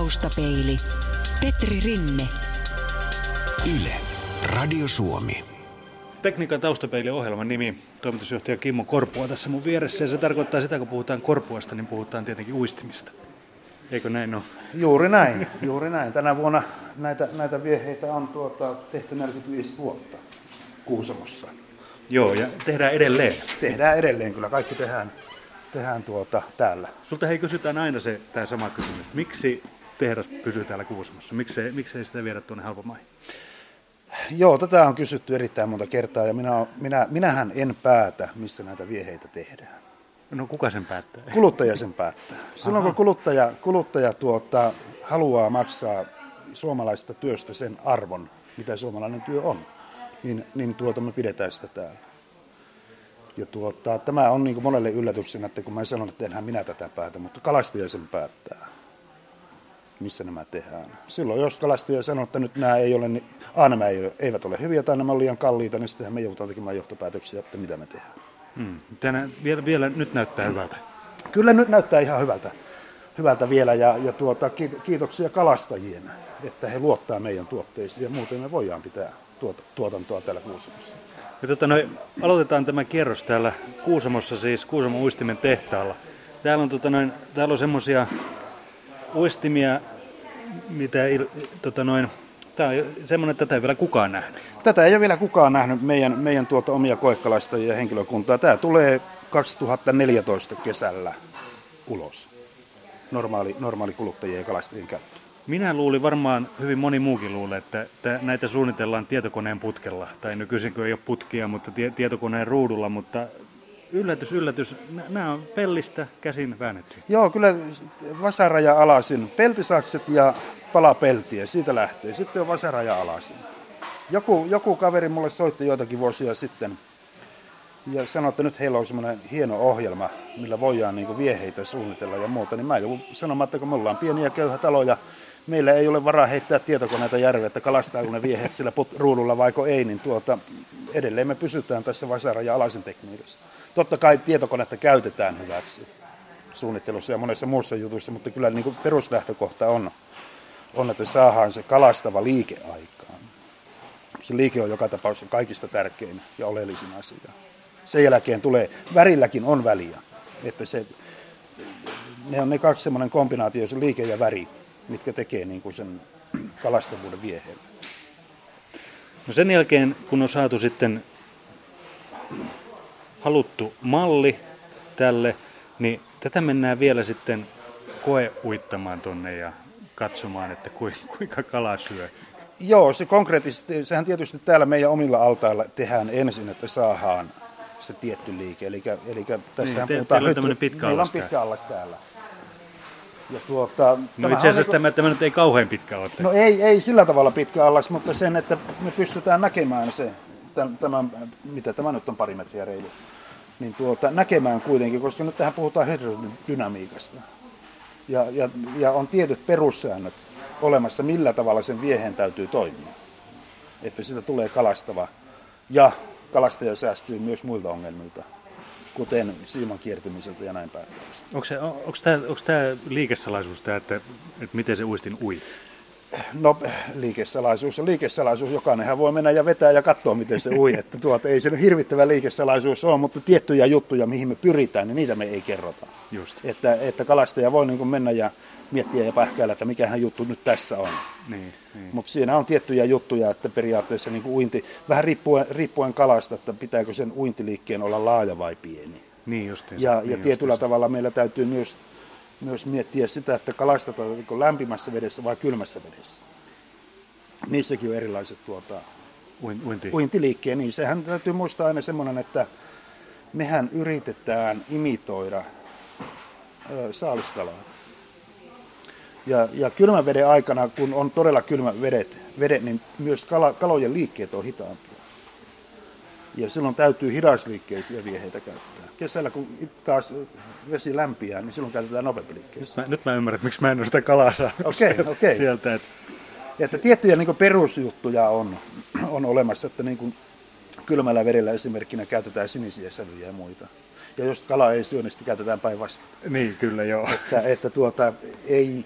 Taustapeili. Petri Rinne. Yle, Radio Suomi. Tekniikan taustapeili-ohjelman nimi, toimitusjohtaja Kimmo Korpua tässä mun vieressä. Ja se tarkoittaa sitä, kun puhutaan Korpuasta, niin puhutaan tietenkin uistimista. Eikö näin ole? Juuri näin, juuri näin. Tänä vuonna näitä vieheitä on tehty 45 vuotta Kuusamossa. Joo, ja tehdään edelleen. Tehdään edelleen, kyllä kaikki tehdään täällä. Sulta hei kysytään aina tämä sama kysymys. Miksi tehdas pysyy täällä Kuusamossa? Miksei sitä viedä tuonne halpamaihin? Joo, tätä on kysytty erittäin monta kertaa ja minähän en päätä, missä näitä vieheitä tehdään. No kuka sen päättää? Kuluttaja sen päättää. Silloin kun kuluttaja haluaa maksaa suomalaisesta työstä sen arvon, mitä suomalainen työ on, niin me pidetään sitä täällä. Ja tämä on niin kuin monelle yllätyksenä, että kun mä sanon, että enhän minä tätä päätä, mutta kalastaja sen päättää, missä nämä tehdään. Silloin jos kalastaja sanoo, että nyt nämä eivät ole hyviä tai nämä on liian kalliita, niin sitten me joudutaan tekemään johtopäätöksiä, että mitä me tehdään. Tänään vielä nyt näyttää hyvältä. Kyllä nyt näyttää ihan hyvältä vielä ja kiitoksia kalastajien, että he luottaa meidän tuotteisiin ja muuten me voidaan pitää tuotantoa täällä Kuusamossa. Ja aloitetaan tämä kierros täällä Kuusamossa, siis Kuusamon uistimen tehtaalla. Täällä on semmoisia uistimia, mitä tämä on semmoinen, että tätä ei vielä kukaan nähnyt. Tätä ei ole vielä kukaan nähnyt meidän omia koekalastajia ja henkilökuntaa. Tämä tulee 2014 kesällä ulos. Normaali kuluttajien ja kalastajien käyttö. Minä luulin, varmaan hyvin moni muukin luulee, että näitä suunnitellaan tietokoneen putkella. Tai nykyisin ei ole putkia, mutta tietokoneen ruudulla, mutta yllätys, nämä on pellistä käsin väännetty. Joo, kyllä vasaraja alasin, peltisakset ja palapeltiä, siitä lähtee. Sitten on vasaraja alasin. Joku kaveri mulle soitti joitakin vuosia sitten ja sanoi, että nyt heillä on semmoinen hieno ohjelma, millä voidaan niin kuin vieheitä suunnitella ja muuta. Niin mä joudun sanomaan, että kun me ollaan pieniä köyhätaloja, meillä ei ole varaa heittää tietokoneita järveen, että kalastaako ne vieheet sillä ruudulla vaiko ei, niin edelleen me pysytään tässä vasaraja alasin tekniikassa. Totta kai tietokonetta käytetään hyväksi suunnittelussa ja monessa muussa jutussa, mutta kyllä niin kuin peruslähtökohta on, että saadaan se kalastava liike aikaan. Se liike on joka tapauksessa kaikista tärkein ja oleellisin asia. Sen jälkeen värilläkin on väliä, että ne on ne kaksi semmoinen kombinaatio, se liike ja väri, mitkä tekee niin kuin sen kalastavuuden vieheen. No sen jälkeen, kun on saatu sitten haluttu malli tälle, niin tätä mennään vielä sitten koeuittamaan tonne ja katsomaan, että kuinka kala syö. Joo, se konkreettisesti, sehän tietysti täällä meidän omilla altailla tehdään ensin, että saadaan se tietty liike. Eli tässähän puhutaan meillä on pitkä allas täällä. Ja no itse asiassa tämä nyt ei kauhean pitkä ole. No ei sillä tavalla pitkä allas, mutta sen, että me pystytään näkemään se, mitä tämä nyt on pari metriä reilu, niin näkemään kuitenkin, koska nyt tähän puhutaan hydrodynamiikasta. Ja on tietyt perussäännöt olemassa, millä tavalla sen vieheen täytyy toimia. Että sitä tulee kalastava ja kalastaja säästyy myös muilta ongelmilta, kuten siiman kiertymiseltä ja näin päin. Onko tämä liikesalaisuus, että miten se uistin ui? No liikesalaisuus, jokainenhan voi mennä ja vetää ja katsoa, miten se ui. Että ei se nyt hirvittävä liikesalaisuus ole, mutta tiettyjä juttuja, mihin me pyritään, niin niitä me ei kerrota. Just. Että kalastaja voi niin kuin mennä ja miettiä ja pähkäillä, että mikähän juttu nyt tässä on. Niin. Mutta siinä on tiettyjä juttuja, että periaatteessa niin kuin uinti, vähän riippuen kalasta, että pitääkö sen uintiliikkeen olla laaja vai pieni. Niin justiinsa. Ja tietyllä tavalla meillä täytyy myös miettiä sitä, että kalastetaan lämpimässä vedessä vai kylmässä vedessä. Niissäkin on erilaiset uintiliikkeen. Niin sehän täytyy muistaa aina semmoinen, että mehän yritetään imitoida saaliskalaa. Ja kylmän veden aikana, kun on todella kylmä vedet, niin myös kalojen liikkeet on hitaampia. Ja silloin täytyy hidasliikkeisiä vieheitä käyttää. Kesällä, kun taas vesi lämpiää, niin silloin käytetään nopeampi liikkeisiä. Nyt mä ymmärrän, että miksi mä en ole sitä kalaa saanut okay. sieltä. Että tiettyjä niin kuin perusjuttuja on olemassa, että niin kuin kylmällä vedellä esimerkkinä käytetään sinisiä sävyjä ja muita. Ja jos kala ei syö, niin sitten käytetään päinvastoin. Niin, kyllä joo. Että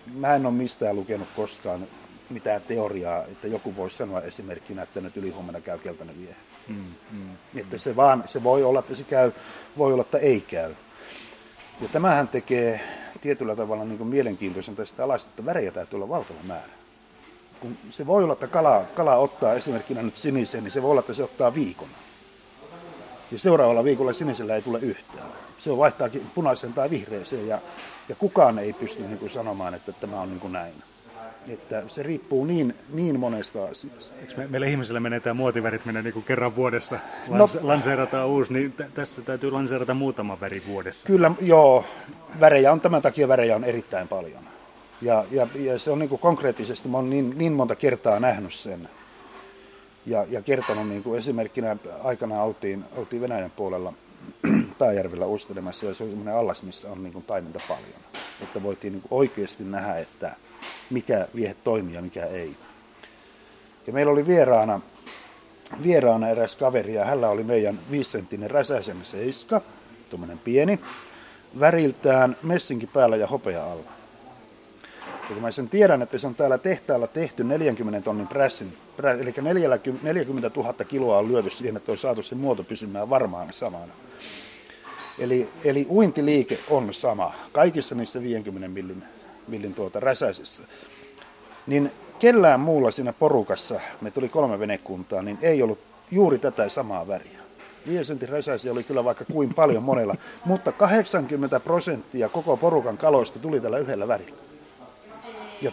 mä en ole mistään lukenut koskaan mitään teoriaa, että joku voisi sanoa esimerkkinä, että nyt ylihuomenna käy keltainen viehe. Että se voi olla, että se käy, voi olla, että ei käy. Ja tämähän tekee tietyllä tavalla niin kuin mielenkiintoisen tästä alasta, että värejä täytyy olla valtava määrä. Kun se voi olla, että kala ottaa esimerkkinä nyt sinisen, niin se voi olla, että se ottaa viikon. Ja seuraavalla viikolla sinisellä ei tule yhtään. Se on vaihtaakin punaiseen tai vihreeseen ja kukaan ei pysty niin kuin sanomaan, että tämä on niin kuin näin. Että se riippuu niin monesta asiasta. Eikö meillä ihmisillä menee tämä muotivärit menee niin kuin kerran vuodessa, lanseerataan uusi, niin tässä täytyy lanseerata muutama väri vuodessa. Kyllä, joo. Tämän takia värejä on erittäin paljon. Ja se on niin kuin konkreettisesti, mä oon niin monta kertaa nähnyt sen. Ja kertonut niin kuin esimerkkinä, aikanaan oltiin Venäjän puolella Pääjärvellä uistelemassa ja se oli semmoinen allas, missä on niin kuin taimenta paljon. Että voitiin niin kuin oikeasti nähdä, että mikä viehe toimii ja mikä ei. Ja meillä oli vieraana eräs kaveri ja hänellä oli meidän 5-senttinen räsäisen seiska, tuommoinen pieni, väriltään messinki päällä ja hopea alla. Ja mä sen tiedän, että se on täällä tehtaalla tehty 40 tonnin prässin, eli 40 000 kiloa on lyöty siihen, että on saatu se muoto pysymään varmaan samana. Eli uintiliike on sama kaikissa niissä 50 millin räsäisissä. Niin kellään muulla siinä porukassa, me tuli 3 venekuntaa, niin ei ollut juuri tätä samaa väriä. 5 sentin räsäisiä oli kyllä vaikka kuin paljon monella, mutta 80% koko porukan kaloista tuli tällä yhdellä värillä. Ja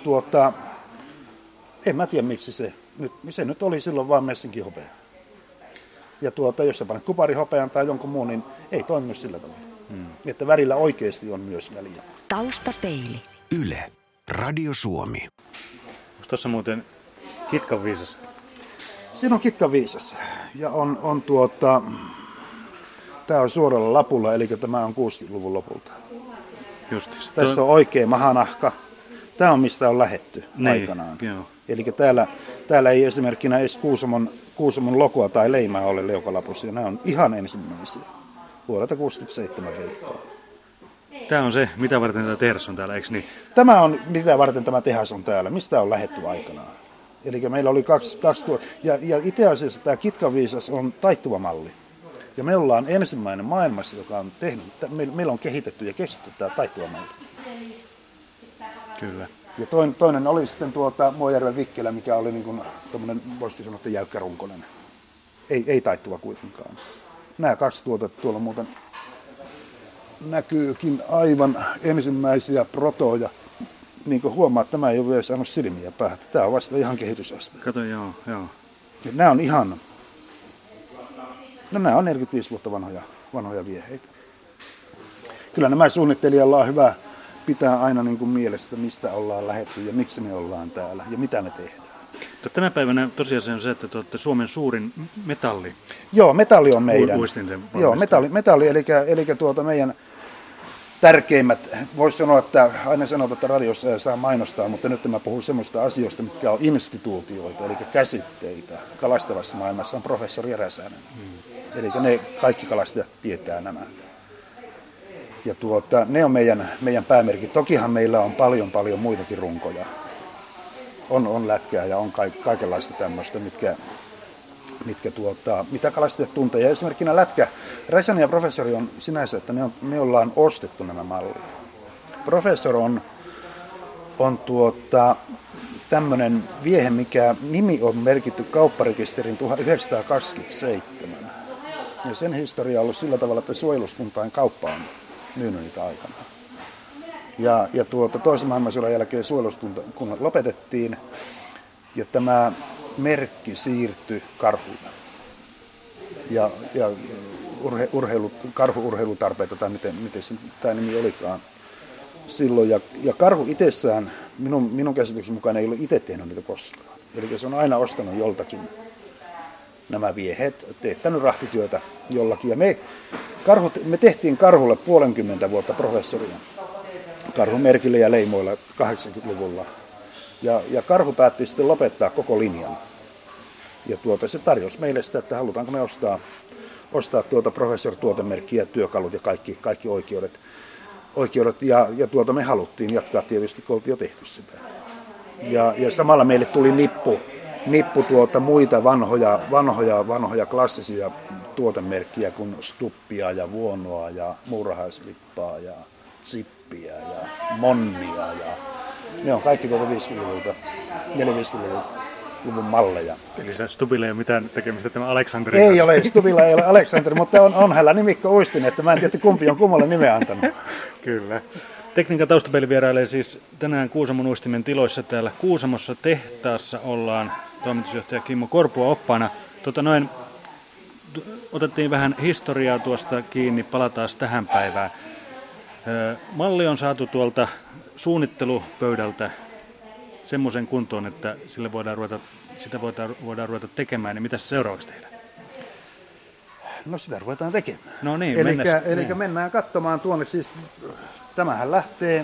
en mä tiedä miksi se nyt oli silloin vaan messinkin hopea. Ja jos sä panet kuparihopean tai jonkun muun, niin ei toiminut sillä tavalla. Että värillä oikeasti on myös väliä. Taustapeili. Yle, Radio Suomi. Onko tuossa muuten kitkan viisas? Siinä on kitkan viisas. Ja tää on suoralla lapulla, eli tämä on 60-luvun lopulta. Justiis. Tässä on oikea mahanahka. Tämä on mistä on lähetty aikanaan. Eli täällä ei esimerkkinä edes Kuusamon logoa tai leimää ole leukalapussa. Nämä on ihan ensimmäisiä. Vuodelta 67 veikkaa. Tämä on se, mitä varten tämä tehdas on täällä, eikö niin? Tämä on, mitä varten tämä tehdas on täällä. Mistä on lähetty aikanaan. Eli meillä oli 2000. Ja itse asiassa tämä kitkan viisas on taittuva malli. Ja me ollaan ensimmäinen maailmassa, joka on tehnyt. Meillä on kehitetty ja keksitty tämä taittuva malli. Kyllä. Ja toinen oli sitten Muojärven Vikkelä, mikä oli niin kuin tommoinen, voisi sanoa, että jäykkärunkoinen. Ei taittuva kuitenkaan. Nämä 2 tuolla muuten näkyykin aivan ensimmäisiä protoja. Niin kuin huomaat, tämä ei ole vielä saanut silmiä päähän. Tämä on vasta ihan kehitysaste. Kato, joo. Ja nämä on ihan, nämä on 45 vuotta vanhoja vieheitä. Kyllä nämä suunnittelijalla on hyvä pitää aina niin kuin mielestä, mistä ollaan lähdetty ja miksi me ollaan täällä ja mitä me tehdään. Tänä päivänä tosiaan on se, että te olette Suomen suurin metalli. Joo, metalli on meidän. Joo, metalli eli meidän tärkeimmät, voisi sanoa, että aina sanotaan, että radiossa ei saa mainostaa, mutta nyt mä puhun semmoista asioista, mitkä on instituutioita, eli käsitteitä. Kalastavassa maailmassa on professori Räsänen. Eli ne kaikki kalastajat tietää nämä. Ja ne on meidän päämerkit. Tokihan meillä on paljon muitakin runkoja. On lätkää ja on kaikenlaista tämmöistä, mitä kalastajat tuntee. Ja esimerkkinä lätkä, Räsänen ja professori on sinänsä, että me ollaan ostettu nämä mallit. Professor on tämmöinen viehe, mikä nimi on merkitty kaupparekisterin 1927. Ja sen historia on ollut sillä tavalla, että suojeluskuntain kauppa on myynyt niitä aikanaan. Ja toisen maailmansodan jälkeen suojeluskunnat lopetettiin ja tämä merkki siirtyi karhuille. Ja karhu-urheilutarpeita tai miten tämä nimi olikaan silloin. Ja karhu itsessään minun käsityksen mukaan ei ole itse tehnyt niitä koskaan. Eli se on aina ostanut joltakin nämä vieheet, teettänyt rahtityötä jollakin. Ja me tehtiin karhulle 50 vuotta professoria. Karhumerkillä ja leimoilla 80-luvulla. Ja karhu päätti sitten lopettaa koko linjan. Ja se tarjosi meille sitä, että halutaanko me ostaa professor-tuotemerkkiä, työkalut ja kaikki oikeudet. oikeudet ja me haluttiin jatkaa tietysti, kun oltiin jo tehty sitä. Ja samalla meille tuli nippu muita vanhoja klassisia tuotemerkkiä kuin Stuppia ja Vuonoa ja Muurahaislippaa ja Zippiä ja Monnia. Ja ne on kaikki 450-luvun malleja. Eli se Stubilla ei ole mitään tekemistä tämän Aleksanterin kanssa? Ei ole, Stubilla ei ole Aleksanteri, mutta on hänellä nimikko Uistinen, että mä en tiedä kumpi on kummalle nimeä antanut. Kyllä. Tekniikan taustapeili vierailee siis tänään Kuusamon Uistimen tiloissa täällä Kuusamossa tehtaassa ollaan. Toimitusjohtaja Kimmo Korpua oppaana. Otettiin vähän historiaa tuosta kiinni, palataan tähän päivään. Malli on saatu tuolta suunnittelupöydältä semmoisen kuntoon, että sitä voidaan ruveta tekemään. Niin mitä seuraavaksi tehdään? No sitä ruvetaan tekemään. No niin, Eli mennään katsomaan tuonne. Siis, tämähän lähtee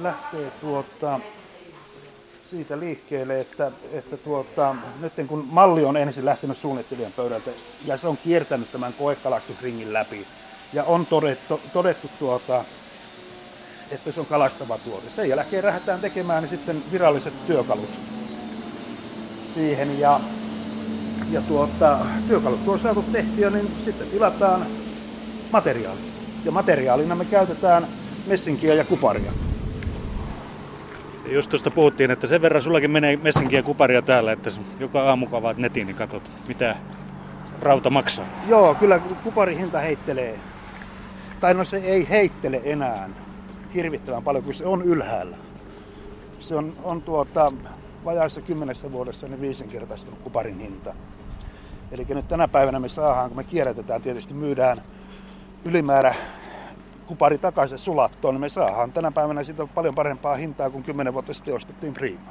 siitä liikkeelle, että nyt kun malli on ensin lähtenyt suunnittelijan pöydältä ja se on kiertänyt tämän koekalastusringin läpi ja on todettu että se on kalastava tuote. Sen jälkeen lähdetään tekemään niin sitten viralliset työkalut siihen ja työkalut kun on saatu tehtyä, niin sitten tilataan materiaali. Ja materiaalina me käytetään messinkiä ja kuparia. Just tuosta puhuttiin, että sen verran sullakin menee messinkiä ja kuparia täällä, että joka aamu kun avaat netin, niin katsot, mitä rauta maksaa. Joo, kyllä kuparin hinta heittelee. Tai no se ei heittele enää hirvittävän paljon, kun se on ylhäällä. Se on vajaissa 10 vuodessa niin 5-kertaistunut kuparin hinta. Eli nyt tänä päivänä me saadaan, kun me kierrätetään, tietysti myydään ylimäärä kupari takaisin sulattoon, niin me saadaan tänä päivänä siitä paljon parempaa hintaa kuin 10 vuotta sitten ostettiin priimaa.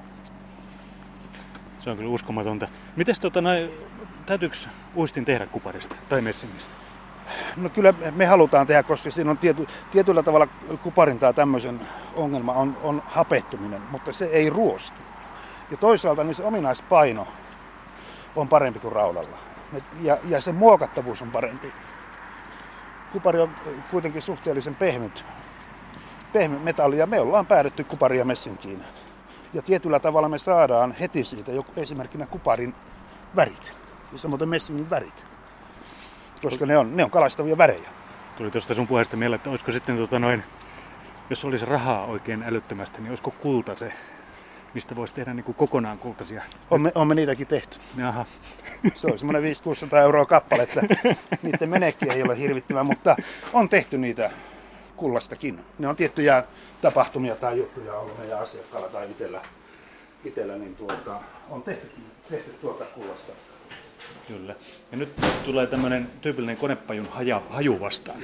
Se on kyllä uskomatonta. Mites täytyykö uistin tehdä kuparista tai messingistä? No kyllä me halutaan tehdä, koska siinä on tietyllä tavalla kuparin tai tämmöisen ongelma on hapettuminen, mutta se ei ruostu. Ja toisaalta niin se ominaispaino on parempi kuin raudalla. Ja se muokattavuus on parempi. Kupari on kuitenkin suhteellisen pehmyt metalli ja me ollaan päädytty kuparia messinkiin. Ja tietyllä tavalla me saadaan heti siitä esimerkkinä kuparin värit ja samoin messingin värit. Koska ne on kalastavia värejä. Tuli tuosta sun puheesta mieleen, että olisiko sitten jos olisi rahaa oikein älyttömästi, niin olisiko kulta se, mistä voisi tehdä niin kuin kokonaan kultaisia? On me niitäkin tehty. Jaha. Se on semmoinen 500-600 euroa kappale, että niiden menekki ei ole hirvittävä, mutta on tehty niitä kullastakin. Ne on tiettyjä tapahtumia tai juttuja ollut meidän asiakkaalla tai itsellä niin on tehty kullasta. Kyllä. Ja nyt tulee tämmöinen tyypillinen konepajun haju vastaan.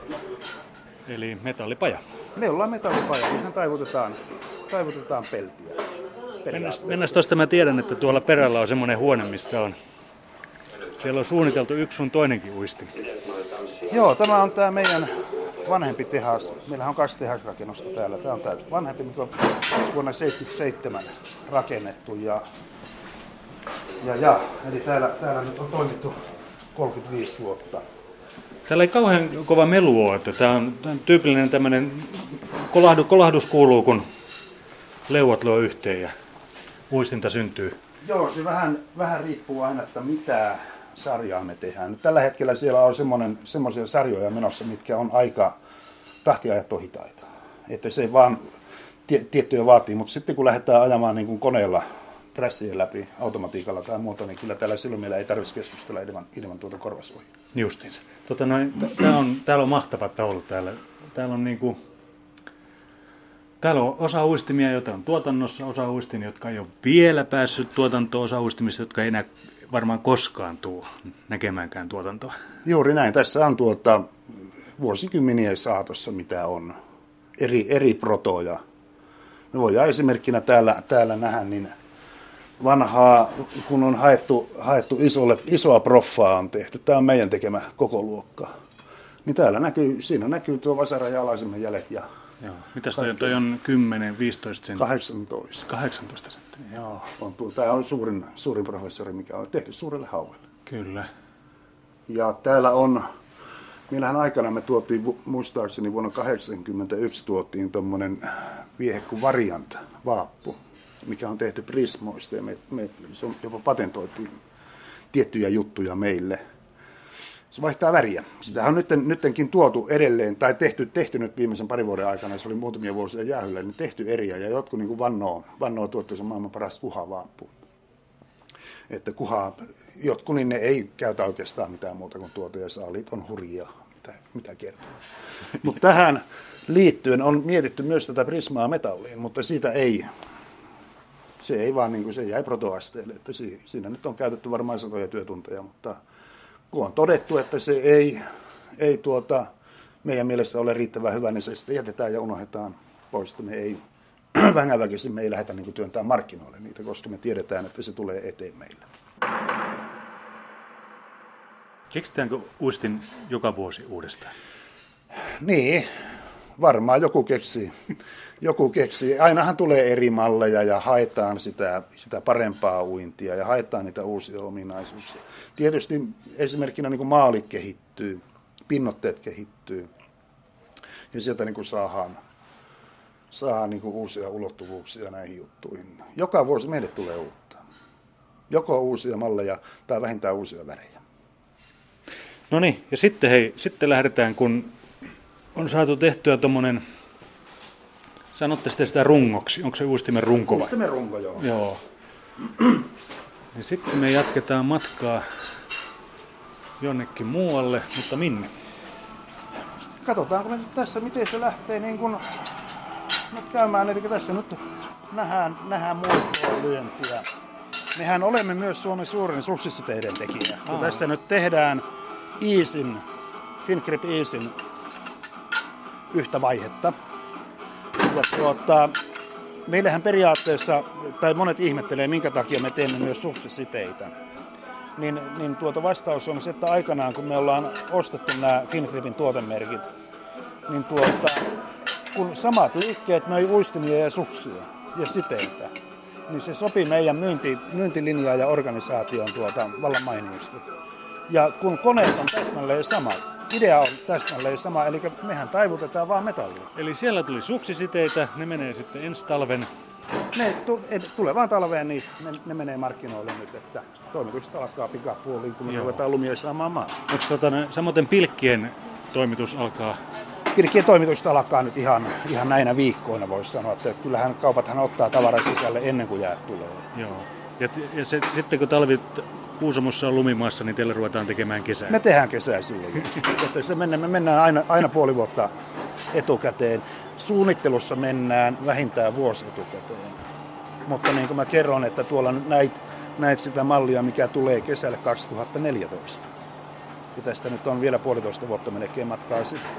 Eli metallipaja. Me ollaan metallipaja, ihan taivutetaan peltiä. Mennään tuosta, mä tiedän, että tuolla perällä on semmoinen huone, missä siellä on suunniteltu yksi sun toinenkin uistin. Joo, tämä on tämä meidän vanhempi tehas. Meillähän on 2 tehasrakennusta täällä. Tämä on tämä vanhempi, mikä on vuonna 1977 rakennettu. Eli täällä nyt on toimittu 35 vuotta. Täällä ei kauhean kova melu ole, että tämä on tyypillinen tämmöinen kolahdus kuuluu, kun leuat lyö yhteen ja uistinta syntyy. Joo, se vähän riippuu aina, että mitä sarjaa me tehdään. Nyt tällä hetkellä siellä on semmoisia sarjoja menossa, mitkä on aika tahtiajat on hitaita. Että se vaan tiettyjä vaatii, mutta sitten kun lähdetään ajamaan niin kuin koneella prässien läpi automatiikalla tai muuta, niin kyllä silloin meillä ei tarvitse keskustella ilman korvasuojia. Justiinsa. Täällä on mahtava taulu täällä. Täällä on osa uistimia, joita on tuotannossa, osa uistimia, jotka ei ole vielä päässyt tuotantoon, osa uistimista, jotka ei enää varmaan koskaan tule näkemäänkään tuotantoa. Juuri näin. Tässä on vuosikymmenien saatossa, mitä on eri protoja. Me voidaan esimerkkinä täällä nähdä, niin vanhaa, kun on haettu isoa proffaa on tehty, tämä on meidän tekemä koko luokka, niin siinä näkyy tuo vasara- ja alaisemman jäljet. Ja joo. Mitäs toi on 10, 15 senttiä? 18 senttiä. Joo. Tämä on suurin professori, mikä on tehty suurelle hauelle. Kyllä. Ja täällä on Meillähän aikana me tuotiin, muistaakseni vuonna 1981 tuotiin tuommoinen viehe kuin Variant vaappu, mikä on tehty prismoista ja se on jopa patentoitiin tiettyjä juttuja meille. Se vaihtaa väriä. Sitä on nyttenkin tuotu edelleen, tai tehty nyt viimeisen parin vuoden aikana, se oli muutamia vuosia jäähyllä, niin tehty eriä, ja jotkut niin kuin vannoo tuotteensa maailman paras kuhavaappu. Että jotkut niin ne ei käytä oikeastaan mitään muuta kuin tuota, ja saalit on hurjia, mitä kertoo. Mutta tähän liittyen on mietitty myös tätä prismaa metalliin, mutta se ei vaan niin kuin se jäi protoasteelle, että siinä nyt on käytetty varmaan satoja työtunteja, mutta kun on todettu, että se ei meidän mielestä ole riittävän hyvä, niin se sitten jätetään ja unohdetaan pois, että me ei vängäväkisin me ei lähdetä niin kuin työntämään markkinoille niitä, koska me tiedetään, että se tulee eteen meille. Keksitäänkö uistin joka vuosi uudestaan? Niin, varmaan joku keksii. Ainahan tulee eri malleja ja haetaan sitä parempaa uintia ja haetaan niitä uusia ominaisuuksia. Tietysti esimerkkinä niin kuin maalit kehittyy, pinnotteet kehittyy ja sieltä niin kuin saadaan niin kuin uusia ulottuvuuksia näihin juttuihin. Joka vuosi meille tulee uutta. Joko uusia malleja tai vähintään uusia värejä. No niin, ja sitten lähdetään, kun on saatu tehtyä tuommoinen, sanotte sitä rungoksi, onko se uistimen runko vai? Uistimen runko, joo. Joo. Ja sitten me jatketaan matkaa jonnekin muualle, mutta minne? Katsotaanko me tässä, miten se lähtee niin kuin nyt käymään, eli tässä nyt nähdään muotoa lyöntiä. Mehän olemme myös Suomen suurin suksisiteiden tekijä. Tässä nyt tehdään Finngrip Easin yhtä vaihetta. Ja meillähän periaatteessa, tai monet ihmettelee, minkä takia me teemme myös suksisiteitä. Niin vastaus on se, että aikanaan kun me ollaan ostettu nämä Finngripin tuotemerkit, niin kun samat liikkeet möi uistimia ja suksia ja siteitä, niin se sopii meidän myyntilinjaan ja organisaation vallan mainiosti. Ja kun koneet on täsmälleen sama, idea on täsmälleen sama, eli mehän taivutetaan vaan metallia. Eli siellä tuli suksisiteitä, ne menee sitten ensi talven. Ne tulee vaan talveen, niin ne menee markkinoille nyt, että toimitukset alkaa pikapuoliin, kun me ruvetaan lumia saamaan maan. Onko samoin pilkkien toimitus alkaa? Pilkkien toimitukset alkaa nyt ihan näinä viikkoina, voisi sanoa, että kyllähän kaupathan ottaa tavaran sisälle ennen kuin jäät tulee. Joo. Ja sitten kun talvi Kuusamossa on lumimaassa, niin teille ruvetaan tekemään kesää? Me tehdään kesää silloin. Että me mennään aina puoli vuotta etukäteen. Suunnittelussa mennään vähintään vuosi etukäteen. Mutta niin kuin mä kerron, että tuolla näit sitä mallia, mikä tulee kesälle 2014. Ja tästä nyt on vielä 1,5 vuotta melkein matkaa sitten.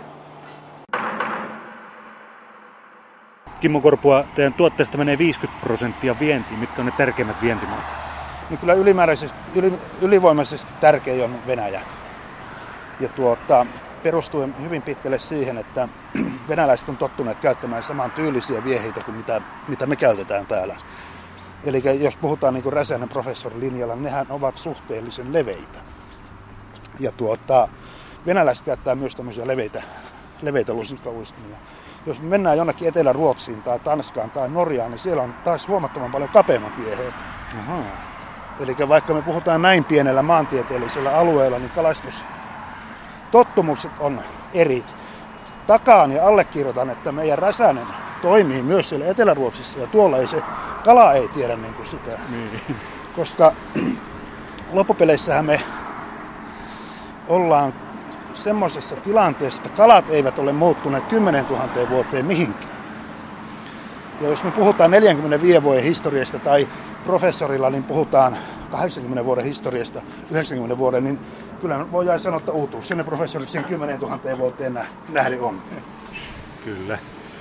Kimmo Korpua, teidän tuotteesta menee 50% vientiin. Mitkä on ne tärkeimmät vientimaat? Niin kyllä ylivoimaisesti tärkein on Venäjä. Ja perustuen hyvin pitkälle siihen, että venäläiset on tottuneet käyttämään saman tyylisiä vieheitä kuin mitä me käytetään täällä. Eli jos puhutaan niin kuin Räsänen professorilinjalla, niin nehän ovat suhteellisen leveitä. Ja venäläiset käyttää myös tämmöisiä leveitä lusikkauistimia. Jos me mennään jonnekin Etelä-Ruotsiin tai Tanskaan tai Norjaan, niin siellä on taas huomattavan paljon kapeammat vieheet. Aha. Eli vaikka me puhutaan näin pienellä maantieteellisellä alueella, niin kalastustottumukset on eri. Takaan ja allekirjoitan, että meidän Räsänen toimii myös siellä Etelä-Ruotsissa ja tuolla kala ei tiedä niin kuin sitä. Niin. Koska loppupeleissähän me ollaan semmoisessa tilanteessa, että kalat eivät ole muuttuneet 10 000 vuoteen mihinkään. Ja jos me puhutaan 45 vuoden historiasta tai professorilla, niin puhutaan 80 vuoden historiasta, 90 vuoden, niin kyllä voidaan sanoa, että uutuus. Sen professorit siihen 10 000 vuoteen nähden on. Kyllä.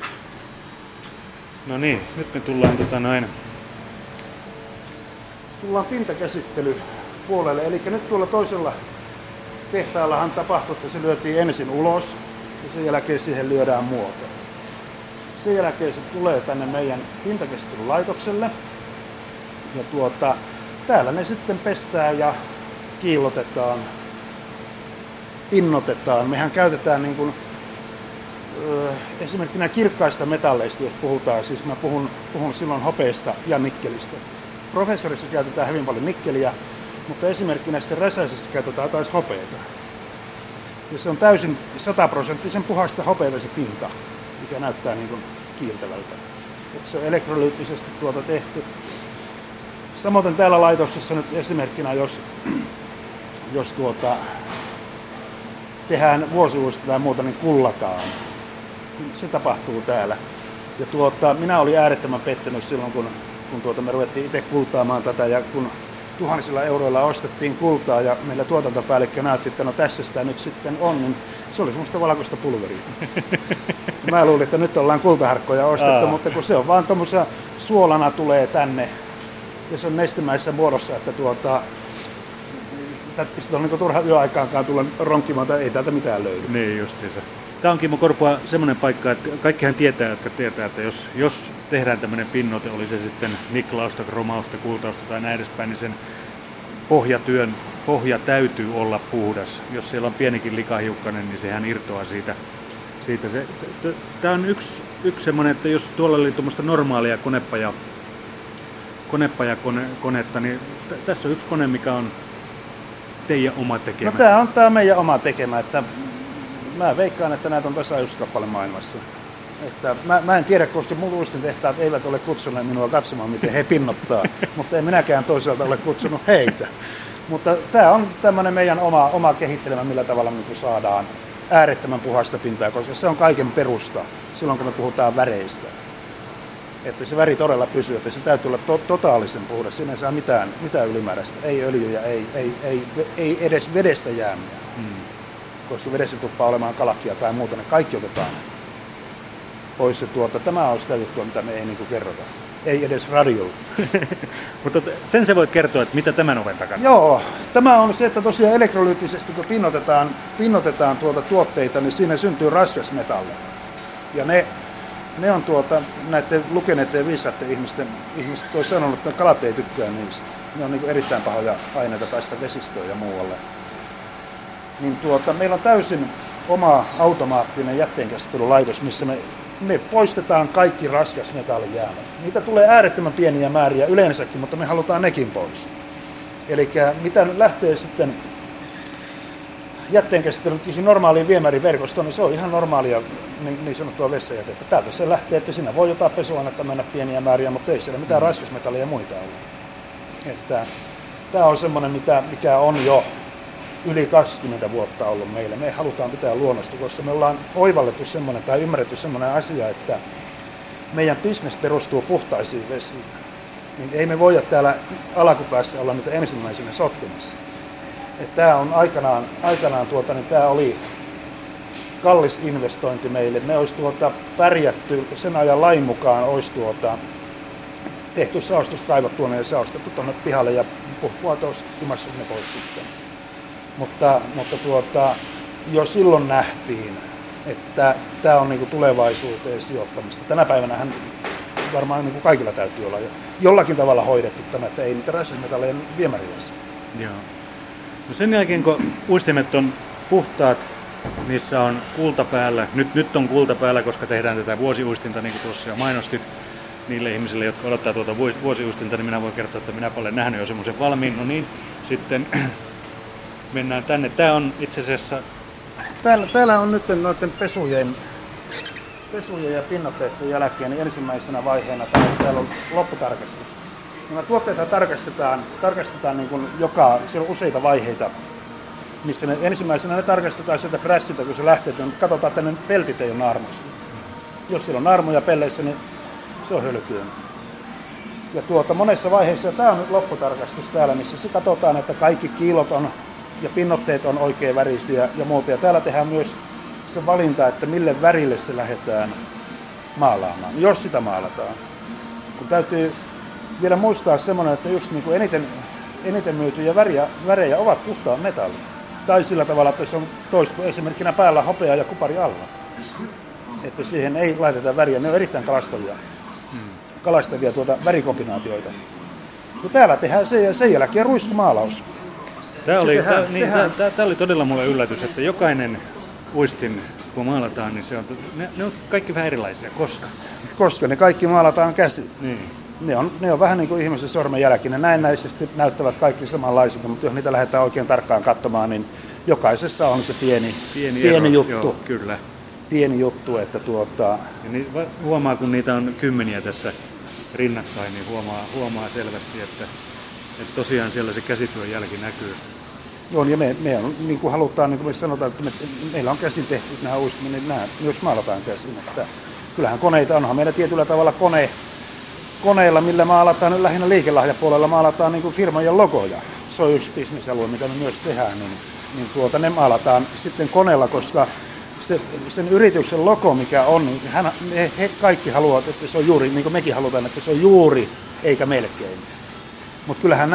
No niin, nyt me tullaan Tullaan pintakäsittelypuolelle. Eli nyt tuolla toisella tehtaallahan tapahtui, että se lyötiin ensin ulos ja sen jälkeen siihen lyödään muoto. Sen jälkeen se tulee tänne meidän pintakäsittelylaitokselle. Ja täällä ne sitten pestään ja kiillotetaan pinnotetaan. Mehän käytetään niin kuin, esimerkkinä kirkkaista metalleista, jos puhutaan, siis mä puhun silloin hopeasta ja nikkelistä. Professorissa käytetään hyvin paljon nikkeliä, mutta esimerkkinä sitten räsäisessä käytetään taas hopeata. Ja se on täysin 100% puhasta hopeata se pinta, mikä näyttää niin kuin kiiltävältä. Että se on elektrolyyttisesti tehty. Samoin täällä laitoksessa nyt esimerkkinä, jos tehdään vuosiuista tai muuta, niin kullataan. Se tapahtuu täällä. Ja minä olin äärettömän pettynyt silloin, kun me ruvettiin itse kultaamaan tätä ja kun tuhansilla euroilla ostettiin kultaa ja meillä tuotantopäällikkö näytti, että no tässä sitä nyt sitten on, niin se oli semmoista valkoista pulveria. Mä luulin, että nyt ollaan kultaharkkoja ostettu, mutta kun se on vaan tommosia suolana tulee tänne ja se on nestemäisessä muodossa, että sitä on niin turha yöaikaankaan tulla ronkkimaan, tai ei täältä mitään löydy. Niin justiinsa. Tämä on Kimmo Korpoa semmoinen paikka, että kaikkihan tietää, jotka tietää, että jos tehdään tämmöinen pinnoite, oli se sitten niklausta, kromausta, kultausta tai näin edespäin, niin sen pohja täytyy olla puhdas. Jos siellä on pienikin likahiukkanen, niin sehän irtoaa siitä. Tämä on yksi semmoinen, että jos tuolla oli tuommoista normaalia konepajakonetta, niin tässä on yksi kone, mikä on teidän oma tekemä. No tämä on meidän oma tekemä, että mä veikkaan, että näitä on tässä yksi kappale maailmassa. Että mä en tiedä, koska mun uistintehtaat eivät ole kutsuneet minua katsomaan, miten he pinnottaa, mutta en minäkään toisaalta ole kutsunut heitä. Mutta tämä on tämmöinen meidän oma kehittelemä, millä tavalla me saadaan äärettömän puhasta pintaa, koska se on kaiken perusta silloin, kun me puhutaan väreistä. Että se väri todella pysyy, että se täytyy olla totaalisen puhdas, siinä ei saa mitään ylimääräistä, ei öljyjä, ei edes vedestä jäämiä. Koska vedessä tuppaa olemaan kalakkia tai muuta, ne kaikki otetaan pois. Tämä on sitä juttua, mitä me ei kerrota. Ei edes radiolla. Mutta sen se voit kertoa, että mitä tämän oven takana? Joo, tämä on se, että tosiaan elektrolyyttisesti kun pinnotetaan tuotteita, niin siinä syntyy raskasmetalleja. Ja ne on näiden lukeneiden ja viisaiden ihmiset on sanonut, että kalat ei tykkää niistä. Ne on erittäin pahoja aineita päästä vesistöön ja muualle. Niin meillä on täysin oma automaattinen jätteenkäsittelylaitos, missä me poistetaan kaikki raskasmetallijäämät. Niitä tulee äärettömän pieniä määriä yleensäkin, mutta me halutaan nekin pois. Eli mitä lähtee sitten jätteenkäsittelyyn normaaliin viemäriverkostoon, niin se on ihan normaalia niin sanottua vessajätettä. Täältä se lähtee, että siinä voi jotain pesuainetta mennä pieniä määriä, mutta ei siellä mitään raskasmetallia ja muita ole. Tämä on semmoinen, mikä on jo yli 20 vuotta ollut meillä. Me halutaan pitää luonnosta, koska me ollaan oivallettu semmoinen tai ymmärretty semmoinen asia, että meidän business perustuu puhtaisiin vesiin. Niin ei me voida täällä alkupäässä olla niitä ensimmäisenä sotkemassa. Tämä on aikanaan tämä oli kallis investointi meille. Me olisi pärjätty sen ajan lain mukaan, olisi tehty saostuskaivot tuonne ja saostettu tuonne pihalle ja puhkuat olisi imassa ne pois sitten. Mutta jo silloin nähtiin, että tämä on tulevaisuuteen sijoittamista. Tänä päivänähän varmaan kaikilla täytyy olla jollakin tavalla hoidettu tämä, että ei niitä raskasmetalleja viemärilässä. Joo. No sen jälkeen, kun uistimet on puhtaat, niissä on kulta päällä. Nyt on kulta päällä, koska tehdään tätä vuosiuistinta, niin kuin tuossa jo mainostit. Niille ihmisille, jotka odottaa tuota vuosiuistinta, niin minä voin kertoa, että minä olen nähnyt jo semmoisen valmiin. No niin, sitten mennään tänne. Tämä on itse asiassa... Täällä on nyt noiden pesujen ja pinnotteiden jälkeen niin ensimmäisenä vaiheena täällä on lopputarkastus. Nämä tuotteita tarkastetaan niin kuin siellä on useita vaiheita, missä ensimmäisenä ne tarkastetaan sieltä prässiltä, kun se lähtee, että katsotaan, että ne peltit ei ole naarmuisia. Jos siellä on naarmuja pelleissä, niin se on hölkyä. Ja monessa vaiheessa, tämä on nyt lopputarkastus täällä, missä se katsotaan, että kaikki kiilot on ja pinnotteet on oikein värisiä ja muuta. Ja täällä tehdään myös se valinta, että mille värille se lähdetään maalaamaan, jos sitä maalataan. Kun täytyy vielä muistaa semmoinen, että yksi niin kuin eniten myytyjä värejä ovat puhtaan metalli. Tai sillä tavalla, että se on toistu esimerkkinä päällä hopea ja kupari alla. Että siihen ei laiteta väriä, ne on erittäin kalastavia värikombinaatioita. Ja täällä tehdään sen jälkeen ruiskumaalaus. Tämä oli todella mulle yllätys, että jokainen uistin, kun maalataan, niin ne on kaikki vähän erilaisia. Koska ne kaikki maalataan käsin. Niin. Ne on vähän niin kuin ihmisen sormenjälki. Ne näennäisesti näyttävät kaikki samanlaisilta, mutta jos niitä lähdetään oikein tarkkaan katsomaan, niin jokaisessa on se pieni juttu. Joo, kyllä. Pieni juttu, että Ja huomaa, kun niitä on kymmeniä tässä rinnakkain, niin huomaa selvästi, että tosiaan siellä se käsityön jälki näkyy. Joo, ja me niin kuin halutaan, niin kuin me sanotaan, että meillä on käsin tehty nämä uistimet, niin nämä myös maalataan käsin. Että kyllähän koneita onhan meillä tietyllä tavalla koneilla, millä maalataan nyt lähinnä liikelahjapuolella, maalataan niin kuin firmojen logoja. Se on yksi bisnesalue, mitä me myös tehdään, niin ne maalataan sitten koneella, koska sen yrityksen logo, mikä on, niin he kaikki haluavat, että se on juuri, niin kuin mekin halutaan, että se on juuri eikä melkein. Mutta kyllähän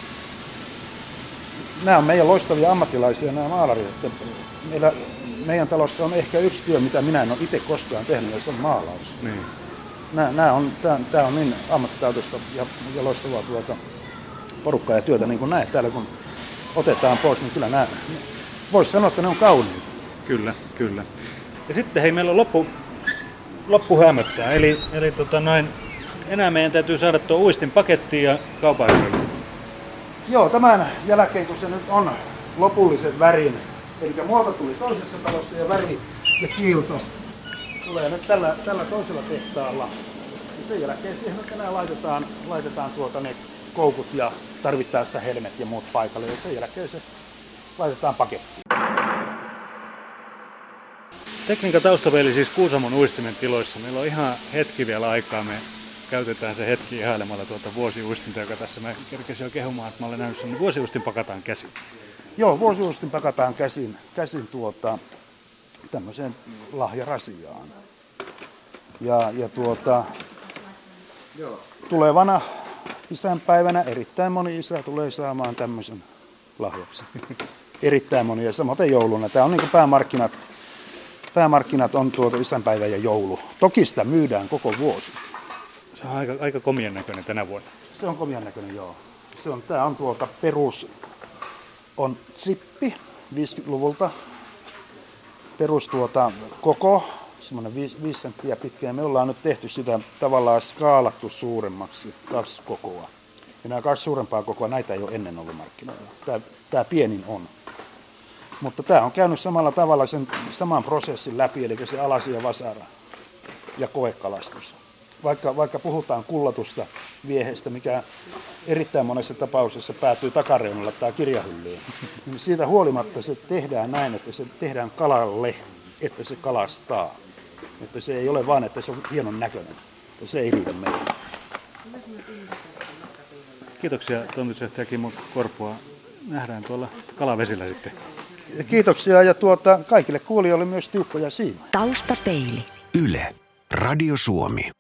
nämä on meidän loistavia ammattilaisia, nämä maalarit. Meidän talossa on ehkä yksi työ, mitä minä en ole itse koskaan tehnyt, ja se on maalaus. Niin. Tämä on niin ammattitaitoista ja loistavaa porukkaa ja työtä, niin kuin näet täällä, kun otetaan pois, niin kyllä voisi sanoa, että ne on kauniita. Kyllä. Ja sitten hei, meillä on loppu hämöttää, eli enää meidän täytyy saada tuo uistin pakettiin ja kaupan. Joo, tämän jälkeen, kun se nyt on lopulliset värin, eli muoto tuli toisessa talossa ja väri ja kiilto tulee nyt tällä toisella tehtaalla. Ja sen jälkeen siihen nyt enää laitetaan ne koukut ja tarvittaessa helmet ja muut paikalle, ja sen jälkeen se laitetaan pakettiin. Tekniikan taustapeili siis Kuusamon uistimen tiloissa. Meillä on ihan hetki vielä aikaa. Me käytetään se hetki ihailemalla tuota vuosiuistinta, joka tässä mä kerkesin jo kehumaan, että mä olen nähnyt sen. Vuosiuistin pakataan käsin. Joo, vuosiuistin pakataan käsin tämmöiseen lahjarasiaan. Tulevana isänpäivänä erittäin moni isä tulee saamaan tämmöisen lahjaksi. Erittäin moni, ja samoin jouluna. Tämä on niin kuin päämarkkinat on isänpäivä ja joulu. Toki sitä myydään koko vuosi. Se on aika komian näköinen tänä vuonna. Se on komian näköinen, joo. Tämä on perus, on zippi 50-luvulta. Perus koko, semmoinen 5 senttiä pitkä. Ja me ollaan nyt tehty sitä tavallaan skaalattu suuremmaksi, 2 kokoa. Ja nämä 2 suurempaa kokoa, näitä ei ole ennen ollut markkinoilla. Tämä pienin on. Mutta tämä on käynyt samalla tavalla sen saman prosessin läpi, eli se alasia vasara ja koekalastus. Vaikka puhutaan kullatusta viehestä, mikä erittäin monessa tapauksessa päätyy takareunalla tai kirjahyllyyn, niin siitä huolimatta se tehdään näin, että se tehdään kalalle, että se kalastaa. Että se ei ole vain, että se on hienon näköinen. Se ei riitä meille. Kiitoksia toimitusjohtaja Kimmo Korpoa. Nähdään tuolla kalavesillä sitten. Kiitoksia ja kaikille kuulijoille myös tiukkoja siimoja. Taustapeili. Yle, Radio Suomi.